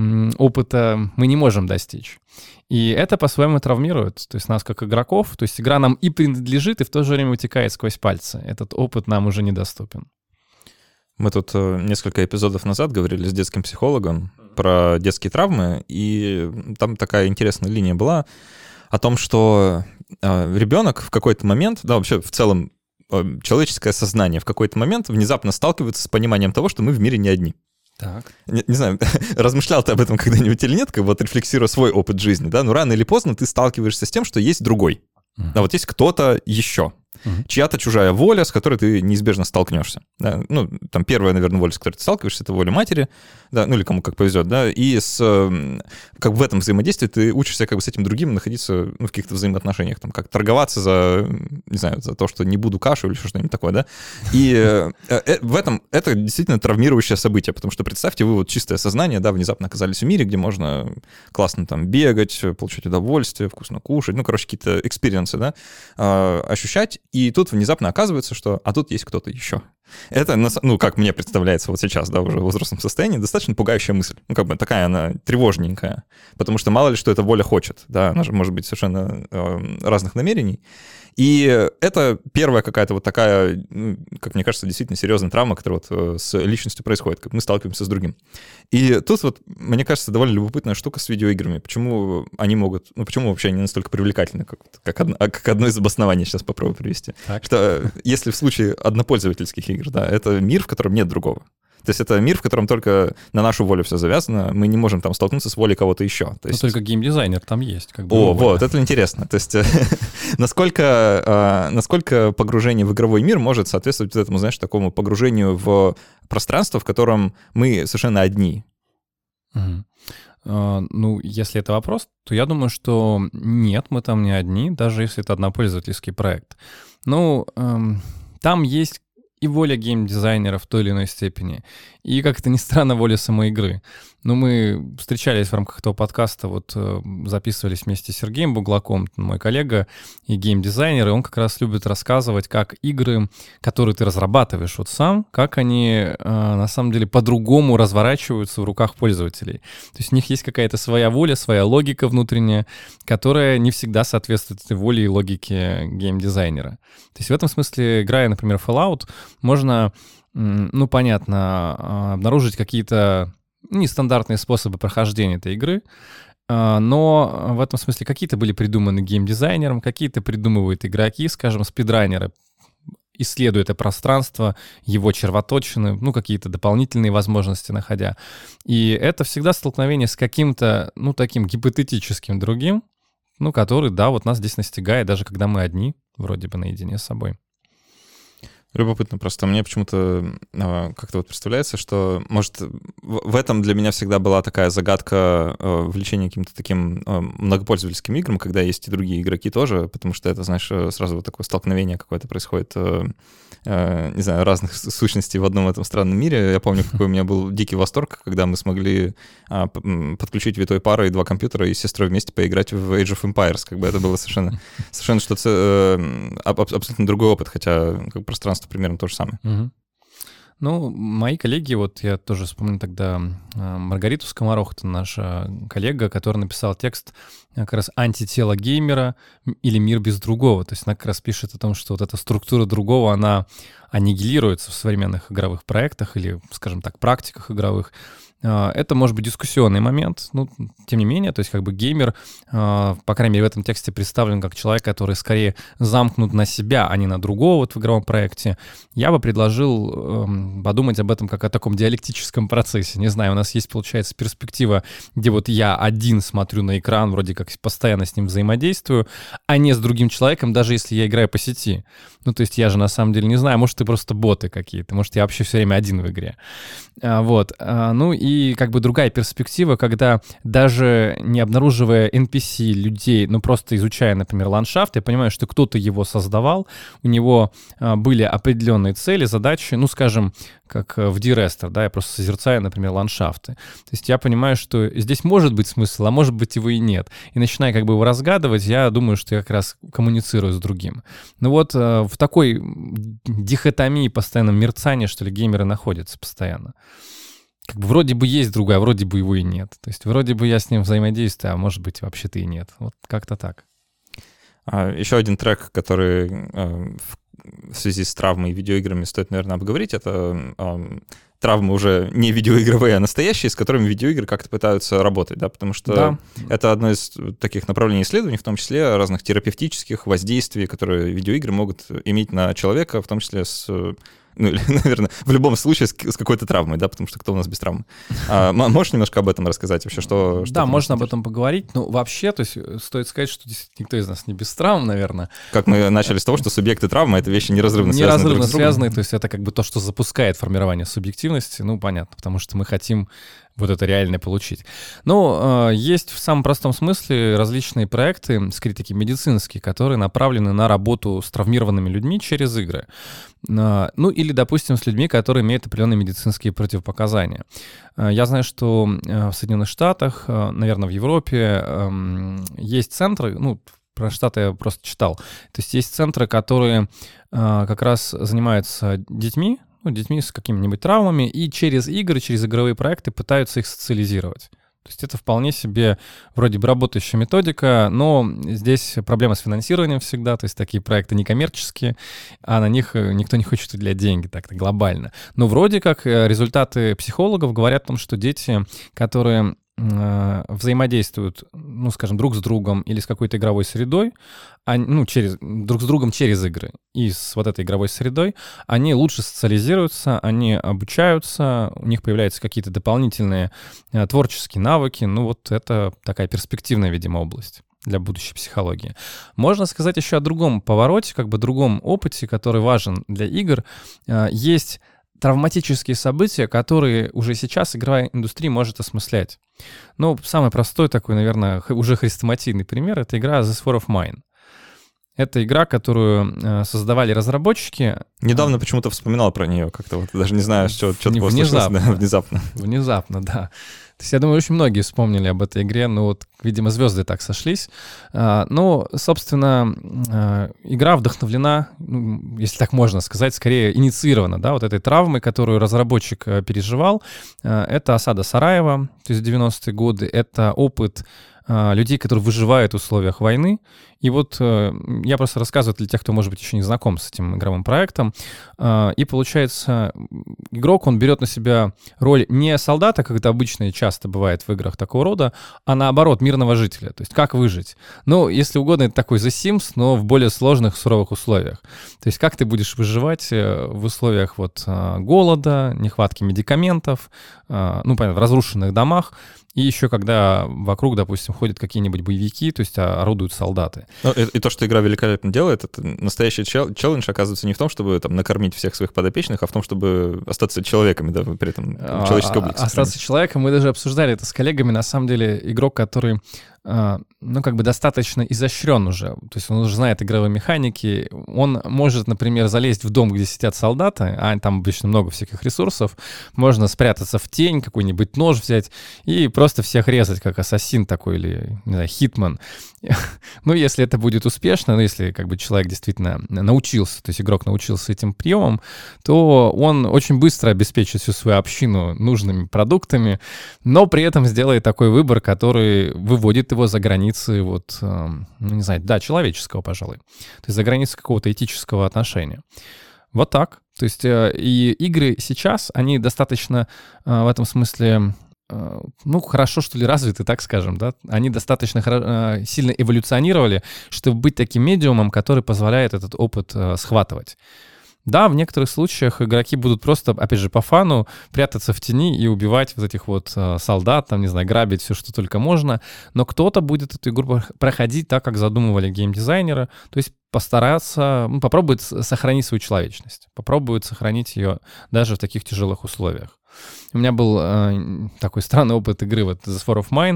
опыта мы не можем достичь. И это по-своему травмирует, то есть нас как игроков, то есть игра нам и принадлежит, и в то же время утекает сквозь пальцы. Этот опыт нам уже недоступен. Мы тут несколько эпизодов назад говорили с детским психологом про детские травмы, и там такая интересная линия была о том, что ребенок в какой-то момент, да, вообще в целом человеческое сознание в какой-то момент внезапно сталкивается с пониманием того, что мы в мире не одни. Так. Не знаю, размышлял ты об этом когда-нибудь или нет, как вот рефлексируя свой опыт жизни, да, но рано или поздно ты сталкиваешься с тем, что есть другой. Да, вот есть кто-то еще. Чья-то чужая воля, с которой ты неизбежно столкнешься. Да? Ну, там первая, наверное, воля, с которой ты сталкиваешься, это воля матери, да, ну или кому как повезет, да, и как в этом взаимодействии ты учишься как бы с этим другим находиться, ну, в каких-то взаимоотношениях, там, как торговаться за, не знаю, за то, что не буду кашу или что-нибудь такое, да, и в этом это действительно травмирующее событие, потому что представьте, вы вот чистое сознание, да, внезапно оказались в мире, где можно классно там бегать, получать удовольствие, вкусно кушать, ну, короче, какие-то экспириенсы, да, ощущать. И тут внезапно оказывается, что а тут есть кто-то еще. Это, ну, как мне представляется вот сейчас, да, уже в возрастном состоянии, достаточно пугающая мысль. Ну, как бы такая она тревожненькая. Потому что мало ли, что эта воля хочет, да, она же может быть совершенно разных намерений. И это первая какая-то вот такая, ну, как мне кажется, действительно серьезная травма, которая вот с личностью происходит, как мы сталкиваемся с другим. И тут вот, мне кажется, довольно любопытная штука с видеоиграми. Почему они могут, ну, почему вообще они настолько привлекательны, как одно из обоснований сейчас попробую привести. Так. Что если в случае однопользовательских игр, да, это мир, в котором нет другого. То есть это мир, в котором только на нашу волю все завязано, мы не можем там столкнуться с волей кого-то еще. То есть... Но только геймдизайнер там есть. Как бы вот, это интересно. То есть насколько погружение в игровой мир может соответствовать этому, знаешь, такому погружению в пространство, в котором мы совершенно одни. Ну, если это вопрос, то я думаю, что нет, мы там не одни, даже если это однопользовательский проект. Ну, там есть и воля геймдизайнера в той или иной степени, и, как это ни странно, воля самой игры. Но мы встречались в рамках этого подкаста, вот записывались вместе с Сергеем Буглаком, мой коллега и геймдизайнер, и он как раз любит рассказывать, как игры, которые ты разрабатываешь вот сам, как они на самом деле по-другому разворачиваются в руках пользователей. То есть у них есть какая-то своя воля, своя логика внутренняя, которая не всегда соответствует этой воле и логике геймдизайнера. То есть в этом смысле, играя, например, в Fallout, можно, ну, понятно, обнаружить какие-то нестандартные способы прохождения этой игры, но в этом смысле какие-то были придуманы геймдизайнером, какие-то придумывают игроки, скажем, спидранеры, исследуя это пространство, его червоточины, ну, какие-то дополнительные возможности находя. И это всегда столкновение с каким-то, ну, таким гипотетическим другим, ну, который, да, вот нас здесь настигает, даже когда мы одни, вроде бы наедине с собой. Любопытно просто. Мне почему-то как-то вот представляется, что, может, в этом для меня всегда была такая загадка влечения каким-то таким многопользовательским играм, когда есть и другие игроки тоже, потому что это, знаешь, сразу вот такое столкновение какое-то происходит, не знаю, разных сущностей в одном этом странном мире. Я помню, какой у меня был дикий восторг, когда мы смогли подключить витой парой 2 компьютера и с сестрой вместе поиграть в Age of Empires. Как бы это было совершенно что-то абсолютно другой опыт, хотя как пространство примерно то же самое. Угу. Ну, мои коллеги, вот я тоже вспомню тогда Маргариту Скоморох, это наша коллега, которая написала текст как раз «Антитело геймера» или «Мир без другого». То есть она как раз пишет о том, что вот эта структура другого, она аннигилируется в современных игровых проектах или, скажем так, практиках игровых. Это может быть дискуссионный момент, но тем не менее, то есть как бы геймер, по крайней мере, в этом тексте представлен как человек, который скорее замкнут на себя, а не на другого вот в игровом проекте. Я бы предложил подумать об этом как о таком диалектическом процессе. Не знаю, у нас есть, получается, перспектива, где вот я один смотрю на экран, вроде как постоянно с ним взаимодействую, а не с другим человеком, даже если я играю по сети. Ну, то есть я же на самом деле не знаю, может, ты просто боты какие-то, может, я вообще все время один в игре. Вот. Ну и как бы другая перспектива, когда даже не обнаруживая NPC, людей, но просто изучая, например, ландшафт, я понимаю, что кто-то его создавал, у него были определенные цели, задачи, ну, скажем, как в D-Rester, да, я просто созерцаю, например, ландшафты. То есть я понимаю, что здесь может быть смысл, а может быть его и нет. И начиная как бы его разгадывать, я думаю, что я как раз коммуницирую с другим. Ну вот в такой дихотомии, постоянном мерцании, что ли, геймеры находятся постоянно. Как бы вроде бы есть другая, вроде бы его и нет. То есть вроде бы я с ним взаимодействую, а может быть вообще-то и нет. Вот как-то так. Еще один трек, который в связи с травмой и видеоиграми стоит, наверное, обговорить, это травмы уже не видеоигровые, а настоящие, с которыми видеоигры как-то пытаются работать, да, потому что это одно из таких направлений исследований, в том числе разных терапевтических воздействий, которые видеоигры могут иметь на человека, в том числе с... Ну, или, наверное, в любом случае с какой-то травмой, да, потому что кто у нас без травмы. Можешь немножко об этом рассказать вообще, что да, можно об этом поговорить. Ну, вообще, то есть стоит сказать, что никто из нас не без травм, наверное. Как мы начали с того, что субъекты травмы — это вещи неразрывно связаны друг с другом. Неразрывно связаны, то есть это как бы то, что запускает формирование субъективности, ну, понятно, потому что мы хотим вот это реально получить. Но есть в самом простом смысле различные проекты, скорее такие медицинские, которые направлены на работу с травмированными людьми через игры. Ну или, допустим, с людьми, которые имеют определенные медицинские противопоказания. Я знаю, что в Соединенных Штатах, наверное, в Европе есть центры, ну, про Штаты я просто читал, то есть есть центры, которые как раз занимаются детьми, ну, детьми с какими-нибудь травмами, и через игры, через игровые проекты пытаются их социализировать. То есть это вполне себе вроде бы работающая методика, но здесь проблема с финансированием всегда, то есть такие проекты некоммерческие, а на них никто не хочет уделять деньги так-то глобально. Но вроде как результаты психологов говорят о том, что дети, которые взаимодействуют, ну, скажем, друг с другом или с какой-то игровой средой, ну, друг с другом через игры и с вот этой игровой средой, они лучше социализируются, они обучаются, у них появляются какие-то дополнительные творческие навыки. Ну, вот это такая перспективная, видимо, область для будущей психологии. Можно сказать еще о другом повороте, как бы другом опыте, который важен для игр. Есть травматические события, которые уже сейчас игровая индустрия может осмыслять. Ну, самый простой такой, наверное, уже хрестоматийный пример — это игра The Sphere of Mine. Это игра, которую создавали разработчики. Недавно почему-то вспоминал про нее как-то, вот даже не знаю, что такое случилось. Внезапно. Внезапно, да. есть, я думаю, очень многие вспомнили об этой игре, ну вот, видимо, звезды так сошлись. Ну, собственно, игра вдохновлена, ну, если так можно сказать, скорее инициирована, да, вот этой травмой, которую разработчик переживал. Это осада Сараева, то есть 90-е годы, это опыт людей, которые выживают в условиях войны. И вот я просто рассказываю для тех, кто, может быть, еще не знаком с этим игровым проектом. И получается, игрок, он берет на себя роль не солдата, как это обычно и часто бывает в играх такого рода, а наоборот, мирного жителя. То есть как выжить. Ну, если угодно, это такой The Sims, но в более сложных, суровых условиях. То есть как ты будешь выживать в условиях вот голода, нехватки медикаментов, ну, понятно, в разрушенных домах, и еще когда вокруг, допустим, ходят какие-нибудь боевики, то есть орудуют солдаты. Ну, и то, что игра великолепно делает, это настоящий челлендж, оказывается, не в том, чтобы там накормить всех своих подопечных, а в том, чтобы остаться человеками, да, при этом человеческий облик. Остаться человеком, мы даже обсуждали это с коллегами, на самом деле игрок, который ну, как бы достаточно изощрен уже. То есть он уже знает игровые механики. Он может, например, залезть в дом, где сидят солдаты, а там обычно много всяких ресурсов. Можно спрятаться в тень, какой-нибудь нож взять и просто всех резать, как ассасин такой или, не знаю, хитман. Ну, если это будет успешно, ну, если как бы человек действительно научился, то есть игрок научился этим приемам, то он очень быстро обеспечит всю свою общину нужными продуктами, но при этом сделает такой выбор, который выводит его за границы, вот, ну, не знаю, да, человеческого, пожалуй. То есть за границы какого-то этического отношения. Вот так. То есть и игры сейчас, они достаточно в этом смысле, ну, хорошо, что ли, развиты, так скажем, да? Они достаточно сильно эволюционировали, чтобы быть таким медиумом, который позволяет этот опыт схватывать. Да, в некоторых случаях игроки будут просто, опять же, по фану прятаться в тени и убивать вот этих вот солдат, там, не знаю, грабить все, что только можно, но кто-то будет эту игру проходить так, как задумывали геймдизайнеры, то есть постараться, ну, попробует сохранить свою человечность, попробует сохранить ее даже в таких тяжелых условиях. У меня был такой странный опыт игры вот The War of Mine.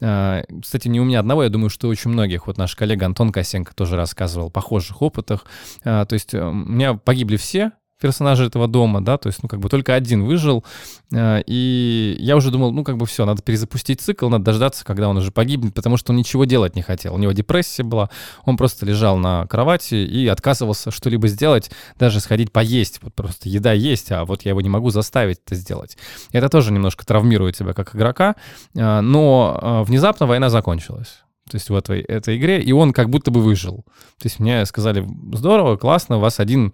Кстати, не у меня одного, я думаю, что очень многих. Вот наш коллега Антон Косенко тоже рассказывал о похожих опытах. То есть у меня погибли все персонажи этого дома, да, то есть, ну, как бы только один выжил, и я уже думал, ну, как бы все, надо перезапустить цикл, надо дождаться, когда он уже погибнет, потому что он ничего делать не хотел, у него депрессия была, он просто лежал на кровати и отказывался что-либо сделать, даже сходить поесть, вот просто еда есть, а вот я его не могу заставить это сделать. Это тоже немножко травмирует тебя как игрока, но внезапно война закончилась. То есть в этой игре, и он как будто бы выжил. То есть мне сказали, здорово, классно, у вас один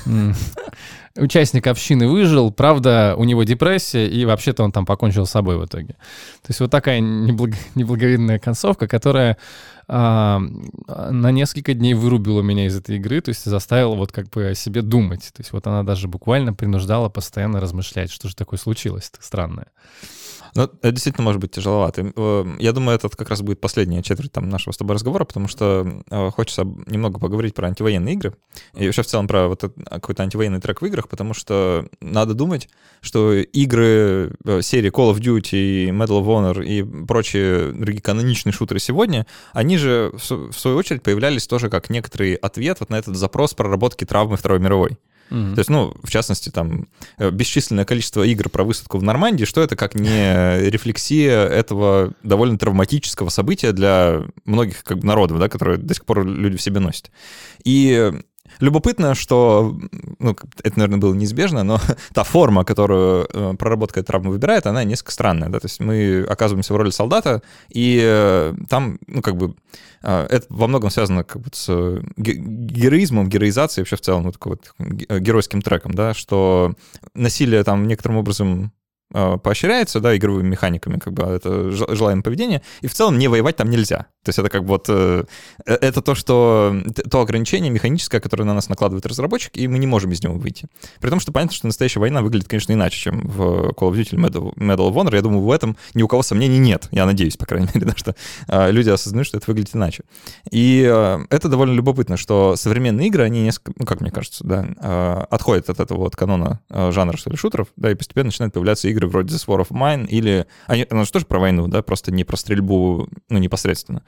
участник общины выжил, правда, у него депрессия, и вообще-то он там покончил с собой в итоге. То есть вот такая неблаговидная концовка, которая на несколько дней вырубила меня из этой игры, то есть заставила вот как бы о себе думать. То есть вот она даже буквально принуждала постоянно размышлять, что же такое случилось-то странное. Ну, это действительно может быть тяжеловато. Я думаю, это как раз будет последняя четверть там, нашего с тобой разговора, потому что хочется немного поговорить про антивоенные игры и вообще в целом про вот какой-то антивоенный трек в играх, потому что надо думать, что игры серии Call of Duty, Medal of Honor и прочие другие каноничные шутеры сегодня, они же в свою очередь появлялись тоже как некоторый ответ вот на этот запрос проработки травмы Второй мировой. То есть, ну, в частности, там, бесчисленное количество игр про высадку в Нормандии, что это как не рефлексия этого довольно травматического события для многих как бы народов, да, которые до сих пор люди в себе носят. И любопытно, что, ну, это, наверное, было неизбежно, но та форма, которую проработка этой травмы выбирает, она несколько странная, да, то есть мы оказываемся в роли солдата, и там, ну, как бы, это во многом связано как бы с героизмом, героизацией, вообще в целом, вот такой вот геройским треком, да, что насилие там некоторым образом поощряется, да, игровыми механиками, как бы это желаемое поведение, и в целом не воевать там нельзя. То есть это как бы вот, это то ограничение механическое, которое на нас накладывает разработчик, и мы не можем из него выйти. При том, что понятно, что настоящая война выглядит, конечно, иначе, чем в Call of Duty или Medal of Honor. Я думаю, в этом ни у кого сомнений нет. Я надеюсь, по крайней мере, да, что люди осознают, что это выглядит иначе. И это довольно любопытно, что современные игры, они несколько, ну, как мне кажется, да, отходят от этого вот канона жанра, что ли, шутеров, да, и постепенно начинают появляться игры вроде The War of Mine, или... Она же тоже про войну, да, просто не про стрельбу, ну, непосредственно.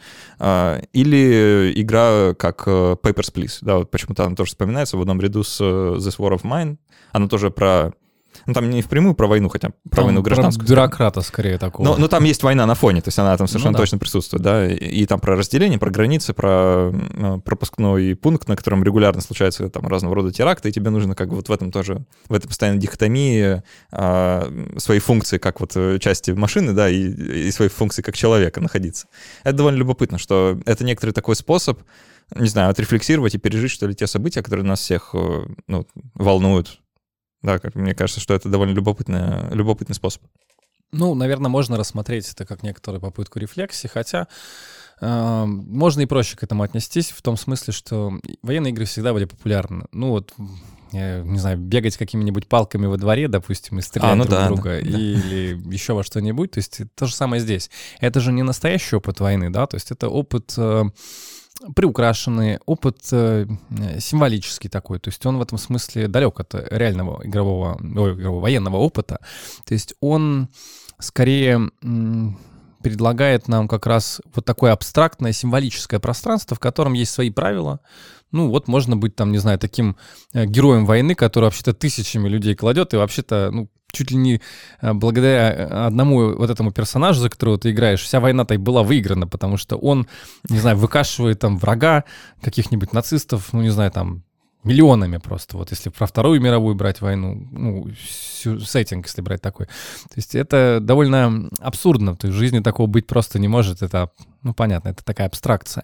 Или игра как Papers, Please, да, вот почему-то она тоже вспоминается в одном ряду с This War of Mine. Она тоже про Ну, там не впрямую про войну, хотя про войну гражданскую. Про бюрократа скорее такого. Но там есть война на фоне, то есть она там совершенно точно присутствует, да, и там про разделение, про границы, про пропускной пункт, на котором регулярно случаются там разного рода теракты, и тебе нужно как бы вот в этом тоже, в этой постоянной дихотомии свои функции как вот части машины, да, и свои функции как человека находиться. Это довольно любопытно, что это некоторый такой способ, не знаю, отрефлексировать и пережить, что ли, те события, которые нас всех волнуют. Да, как мне кажется, что это довольно любопытный способ. Ну, наверное, можно рассмотреть это как некоторую попытку рефлексии, хотя можно и проще к этому отнестись, в том смысле, что военные игры всегда были популярны. Ну вот, я не знаю, бегать какими-нибудь палками во дворе, допустим, и стрелять друг в друга, или еще во что-нибудь, то есть то же самое здесь. Это же не настоящий опыт войны, да, то есть это опыт... приукрашенный, опыт символический такой, то есть он в этом смысле далек от реального военного опыта, то есть он скорее предлагает нам как раз вот такое абстрактное символическое пространство, в котором есть свои правила. Ну вот можно быть там, не знаю, таким героем войны, который вообще-то тысячами людей кладет и вообще-то, ну, чуть ли не благодаря одному вот этому персонажу, за которого ты играешь, вся война-то и была выиграна, потому что он, не знаю, выкашивает там врага, каких-нибудь нацистов, ну, не знаю, там, миллионами просто. Вот если про Вторую мировую брать войну, ну, сеттинг, если брать такой. То есть это довольно абсурдно. То есть в жизни такого быть просто не может. Это, ну, понятно, это такая абстракция.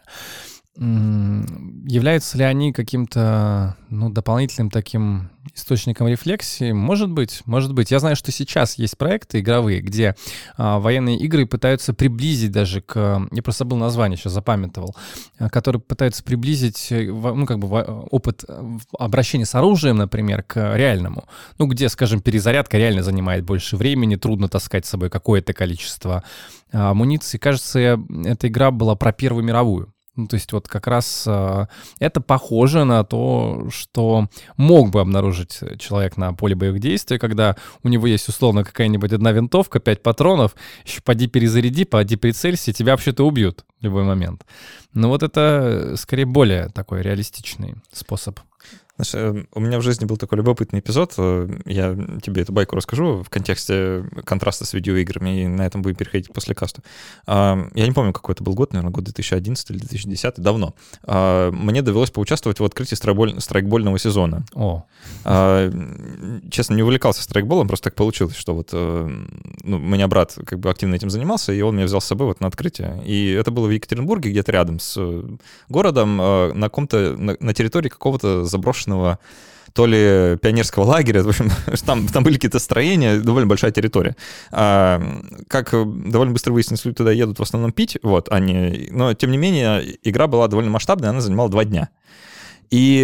Являются ли они каким-то, ну, дополнительным таким источником рефлексии? Может быть, может быть. Я знаю, что сейчас есть проекты игровые, где военные игры пытаются приблизить даже к... Я просто забыл название, сейчас запамятовал. Которые пытаются приблизить, ну, как бы опыт обращения с оружием, например, к реальному. Ну, где, скажем, перезарядка реально занимает больше времени, трудно таскать с собой какое-то количество амуниции. Кажется, эта игра была про Первую мировую. Ну, то есть вот как раз это похоже на то, что мог бы обнаружить человек на поле боевых действий, когда у него есть условно какая-нибудь одна винтовка, 5 патронов, еще поди перезаряди, поди прицелься, и тебя вообще-то убьют в любой момент. Но вот это скорее более такой реалистичный способ. Знаешь, у меня в жизни был такой любопытный эпизод, я тебе эту байку расскажу в контексте контраста с видеоиграми, и на этом будем переходить после касту. Я не помню, какой это был год, наверное, год 2011 или 2010, давно. Мне довелось поучаствовать в открытии страйкбольного сезона. Честно, не увлекался страйкболом, просто так получилось, что вот у меня брат как бы активно этим занимался, и он меня взял с собой вот на открытие. И это было в Екатеринбурге, где-то рядом с городом, на территории какого-то заброшенного то ли пионерского лагеря, в общем, там были какие-то строения, довольно большая территория. Как довольно быстро выяснилось, люди туда едут в основном пить, вот, но тем не менее игра была довольно масштабная, она занимала 2 дня. И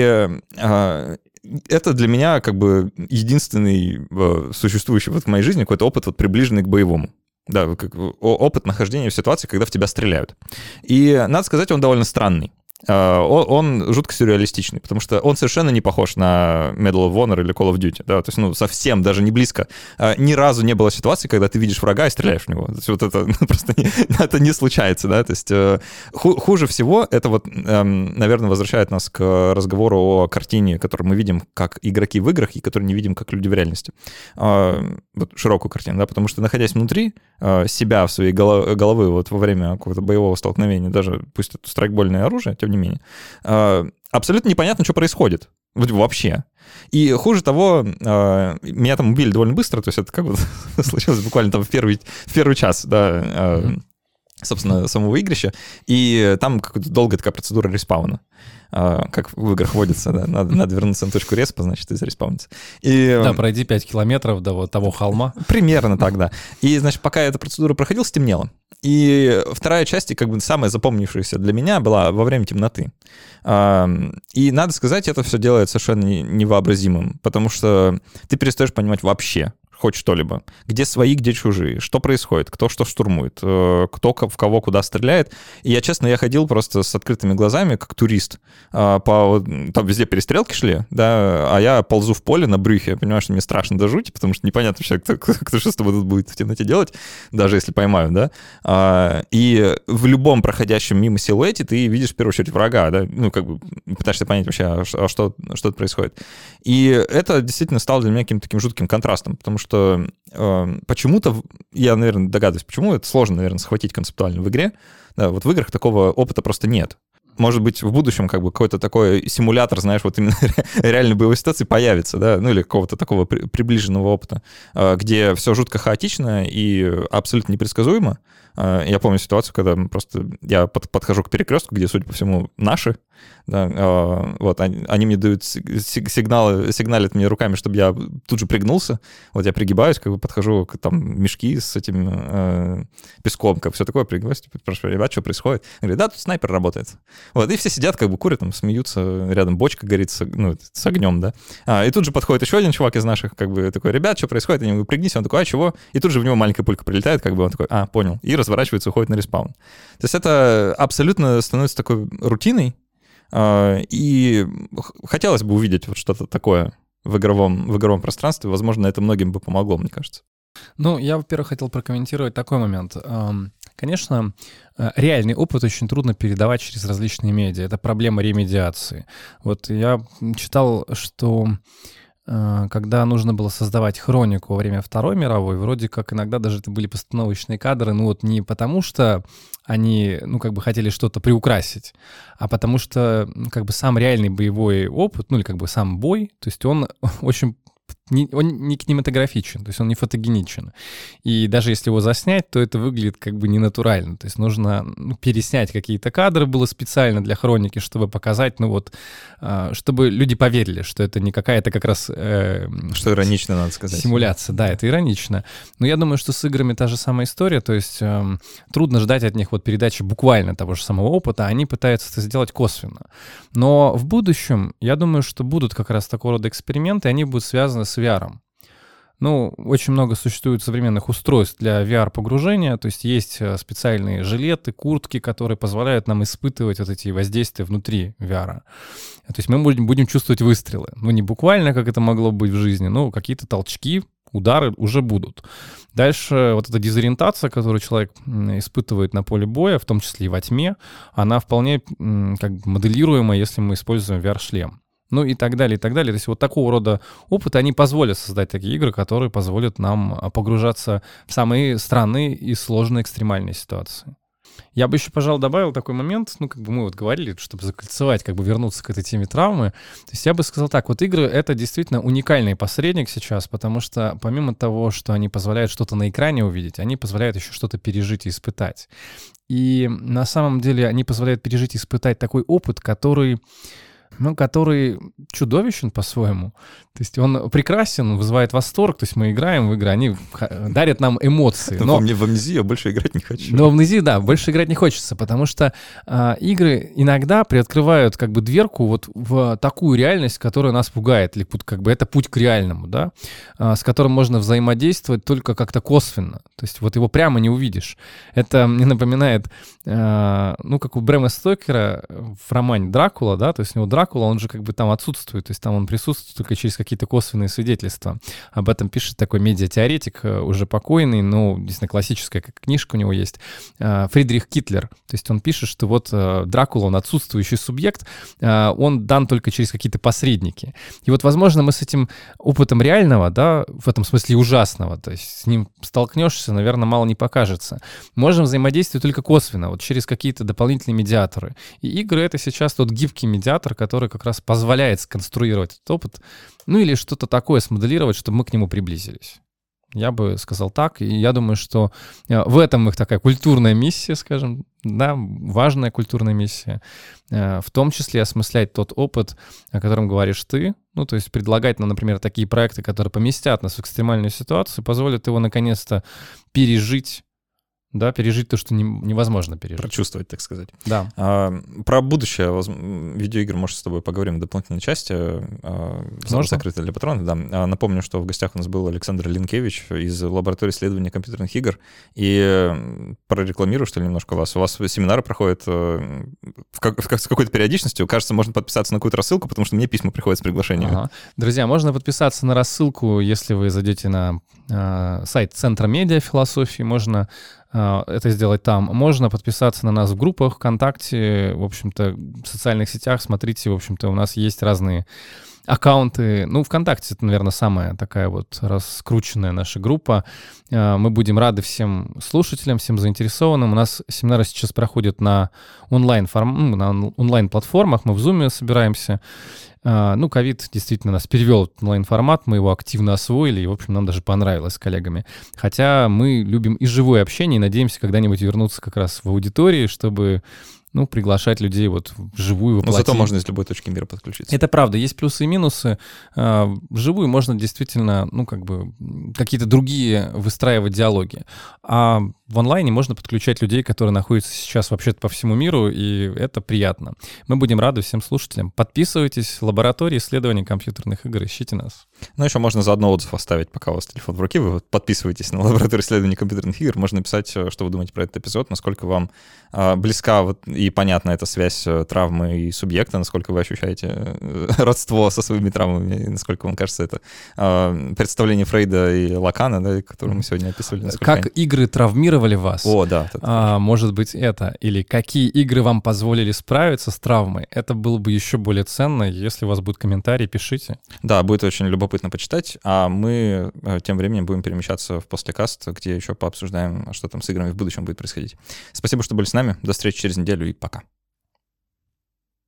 это для меня как бы единственный существующий вот в моей жизни какой-то опыт, вот, приближенный к боевому. Да, опыт нахождения в ситуации, когда в тебя стреляют. И, надо сказать, он довольно странный. Он жутко сюрреалистичный, потому что он совершенно не похож на Medal of Honor или Call of Duty, да, то есть, ну, совсем, даже не близко. Ни разу не было ситуации, когда ты видишь врага и стреляешь в него. То есть вот это просто это не случается, да, то есть хуже всего это вот, наверное, возвращает нас к разговору о картине, которую мы видим как игроки в играх и которую не видим как люди в реальности. Вот широкую картину, да, потому что, находясь внутри себя, в своей головы вот во время какого-то боевого столкновения, даже пусть это страйкбольное оружие, тем не менее, абсолютно непонятно, что происходит. Вообще. И хуже того, меня там убили довольно быстро, то есть это как бы случилось буквально там в первый час, да, собственно, самого игрища, и там долгая такая процедура респауна. Как в играх водится, да, надо вернуться на точку респа, значит, и зареспауниться. Да, пройди 5 километров до вот того холма. Примерно так, да. И, значит, пока эта процедура проходила, стемнело. И вторая часть, как бы самая запомнившаяся для меня, была во время темноты. И, надо сказать, это все делает совершенно невообразимым, потому что ты перестаешь понимать вообще, хоть что-либо, где свои, где чужие, что происходит, кто что штурмует, кто в кого куда стреляет. И я, честно, я ходил просто с открытыми глазами, как турист. Там везде перестрелки шли, да, а я ползу в поле на брюхе, я понимаю, что мне страшно до жути, потому что непонятно вообще, кто что с тобой тут будет в темноте делать, даже если поймают, да. И в любом проходящем мимо силуэте ты видишь в первую очередь врага, да, ну, как бы пытаешься понять вообще, что тут происходит. И это действительно стало для меня каким-то таким жутким контрастом, потому что почему-то, я, наверное, догадываюсь, почему это сложно, наверное, схватить концептуально в игре. Да, вот в играх такого опыта просто нет. Может быть, в будущем как бы какой-то такой симулятор, знаешь, вот именно реальной боевой ситуации появится, да, ну или какого-то такого приближенного опыта, где все жутко хаотично и абсолютно непредсказуемо. Я помню ситуацию, когда просто я подхожу к перекрестку, где, судя по всему, наши, да, вот, они мне дают сигналят мне руками, чтобы я тут же пригнулся, вот я пригибаюсь, как бы подхожу к там мешки с этим песком, как все такое, пригибаюсь, спрашиваю, ребят, что происходит? Говорят, да, тут снайпер работает. Вот, и все сидят, как бы курят, там, смеются, рядом бочка горит с огнем, да. И тут же подходит еще один чувак из наших, как бы такой, ребят, что происходит? Я ему говорю, пригнись, он такой, а чего? И тут же в него маленькая пулька прилетает, как бы он такой, понял, и разворачивается, уходит на респаун. То есть это абсолютно становится такой рутиной, и хотелось бы увидеть вот что-то такое в игровом пространстве. Возможно, это многим бы помогло, мне кажется. Ну, я, во-первых, хотел прокомментировать такой момент. Конечно, реальный опыт очень трудно передавать через различные медиа. Это проблема ремедиации. Вот я читал, что когда нужно было создавать хронику во время Второй мировой, вроде как иногда даже это были постановочные кадры, ну вот не потому что они, ну как бы хотели что-то приукрасить, а потому что как бы сам реальный боевой опыт, ну или как бы сам бой, то есть он очень... Он не кинематографичен, то есть он не фотогеничен. И даже если его заснять, то это выглядит как бы ненатурально. То есть нужно переснять какие-то кадры было специально для хроники, чтобы показать, ну вот, чтобы люди поверили, что это не какая-то как раз... что иронично, надо сказать. Симуляция, да, это иронично. Но я думаю, что с играми та же самая история, то есть трудно ждать от них вот передачи буквально того же самого опыта, они пытаются это сделать косвенно. Но в будущем, я думаю, что будут как раз такого рода эксперименты, и они будут связаны с VR. Ну, очень много существует современных устройств для VR-погружения, то есть есть специальные жилеты, куртки, которые позволяют нам испытывать вот эти воздействия внутри VR. То есть мы будем чувствовать выстрелы. Ну, не буквально, как это могло быть в жизни, но какие-то толчки, удары уже будут. Дальше вот эта дезориентация, которую человек испытывает на поле боя, в том числе и во тьме, она вполне как бы моделируема, если мы используем VR-шлем. Ну и так далее, и так далее. То есть вот такого рода опыт, они позволят создать такие игры, которые позволят нам погружаться в самые странные и сложные экстремальные ситуации. Я бы еще, пожалуй, добавил такой момент, ну, как бы мы вот говорили, чтобы закольцевать, как бы вернуться к этой теме травмы. То есть я бы сказал так, вот игры — это действительно уникальный посредник сейчас, потому что помимо того, что они позволяют что-то на экране увидеть, они позволяют еще что-то пережить и испытать. И на самом деле они позволяют пережить и испытать такой опыт, который чудовищен по-своему. То есть он прекрасен, он вызывает восторг. То есть мы играем в игры, они дарят нам эмоции. Но мне в Amnesia я больше играть не хочу. Но в Amnesia, да, больше играть не хочется, потому что игры иногда приоткрывают как бы дверку вот в такую реальность, которая нас пугает, или как бы это путь к реальному, да, с которым можно взаимодействовать только как-то косвенно. То есть вот его прямо не увидишь. Это мне напоминает, ну, как у Брэма Стокера в романе «Дракула», да, то есть у него Дракула, он же как бы там отсутствует, то есть там он присутствует только через какие-то косвенные свидетельства. Об этом пишет такой медиатеоретик, уже покойный, но действительно классическая книжка у него есть, Фридрих Китлер. То есть он пишет, что вот Дракула, он отсутствующий субъект, он дан только через какие-то посредники. И вот, возможно, мы с этим опытом реального, да, в этом смысле ужасного, то есть с ним столкнешься, наверное, мало не покажется. Можем взаимодействовать только косвенно, вот через какие-то дополнительные медиаторы. И игры — это сейчас тот гибкий медиатор, который как раз позволяет сконструировать этот опыт, ну или что-то такое смоделировать, чтобы мы к нему приблизились. Я бы сказал так, и я думаю, что в этом их такая культурная миссия, скажем, да, важная культурная миссия, в том числе осмыслять тот опыт, о котором говоришь ты, ну, то есть предлагать нам, например, такие проекты, которые поместят нас в экстремальную ситуацию, позволят его наконец-то пережить, да, пережить то, что невозможно пережить. Прочувствовать, так сказать. Да. Про будущее видеоигр, может, с тобой поговорим в дополнительной части, закрытой для патронов. Да. Напомню, что в гостях у нас был Александр Линкевич из лаборатории исследования компьютерных игр. И прорекламирую, что ли, немножко вас. У вас семинары проходят с какой-то периодичностью. Кажется, можно подписаться на какую-то рассылку, потому что мне письма приходят с приглашениями. Ага. Друзья, можно подписаться на рассылку, если вы зайдете на сайт Центра медиафилософии, можно это сделать там. Можно подписаться на нас в группах ВКонтакте, в общем-то, в социальных сетях. Смотрите, в общем-то, у нас есть разные аккаунты. Ну, ВКонтакте это, наверное, самая такая вот раскрученная наша группа. Мы будем рады всем слушателям, всем заинтересованным. У нас семинары сейчас проходят на онлайн-платформах. Мы в Zoom собираемся. Ну, ковид действительно нас перевел в онлайн-формат, мы его активно освоили, и, в общем, нам даже понравилось с коллегами. Хотя мы любим и живое общение, и надеемся когда-нибудь вернуться как раз в аудитории, чтобы, ну, приглашать людей вот вживую, воплотить. Но зато можно из любой точки мира подключиться. Это правда, есть плюсы и минусы. Вживую можно действительно, ну, как бы, какие-то другие выстраивать диалоги. А в онлайне можно подключать людей, которые находятся сейчас вообще-то по всему миру, и это приятно. Мы будем рады всем слушателям. Подписывайтесь, лаборатория исследований компьютерных игр, ищите нас. Ну, еще можно заодно отзыв оставить, пока у вас телефон в руке. Вы вот подписываетесь на лабораторию исследований компьютерных игр. Можно написать, что вы думаете про этот эпизод, насколько вам близка вот и понятна эта связь травмы и субъекта, насколько вы ощущаете родство со своими травмами, и насколько вам кажется это представление Фрейда и Лакана, да, которое мы сегодня описывали. Как игры травмировали вас? О, да. Может быть, это. Или какие игры вам позволили справиться с травмой? Это было бы еще более ценно. Если у вас будут комментарии, пишите. Да, будет очень любопытно почитать. А мы тем временем будем перемещаться в послекаст, где еще пообсуждаем, что там с играми в будущем будет происходить. Спасибо, что были с нами. До встречи через неделю и пока.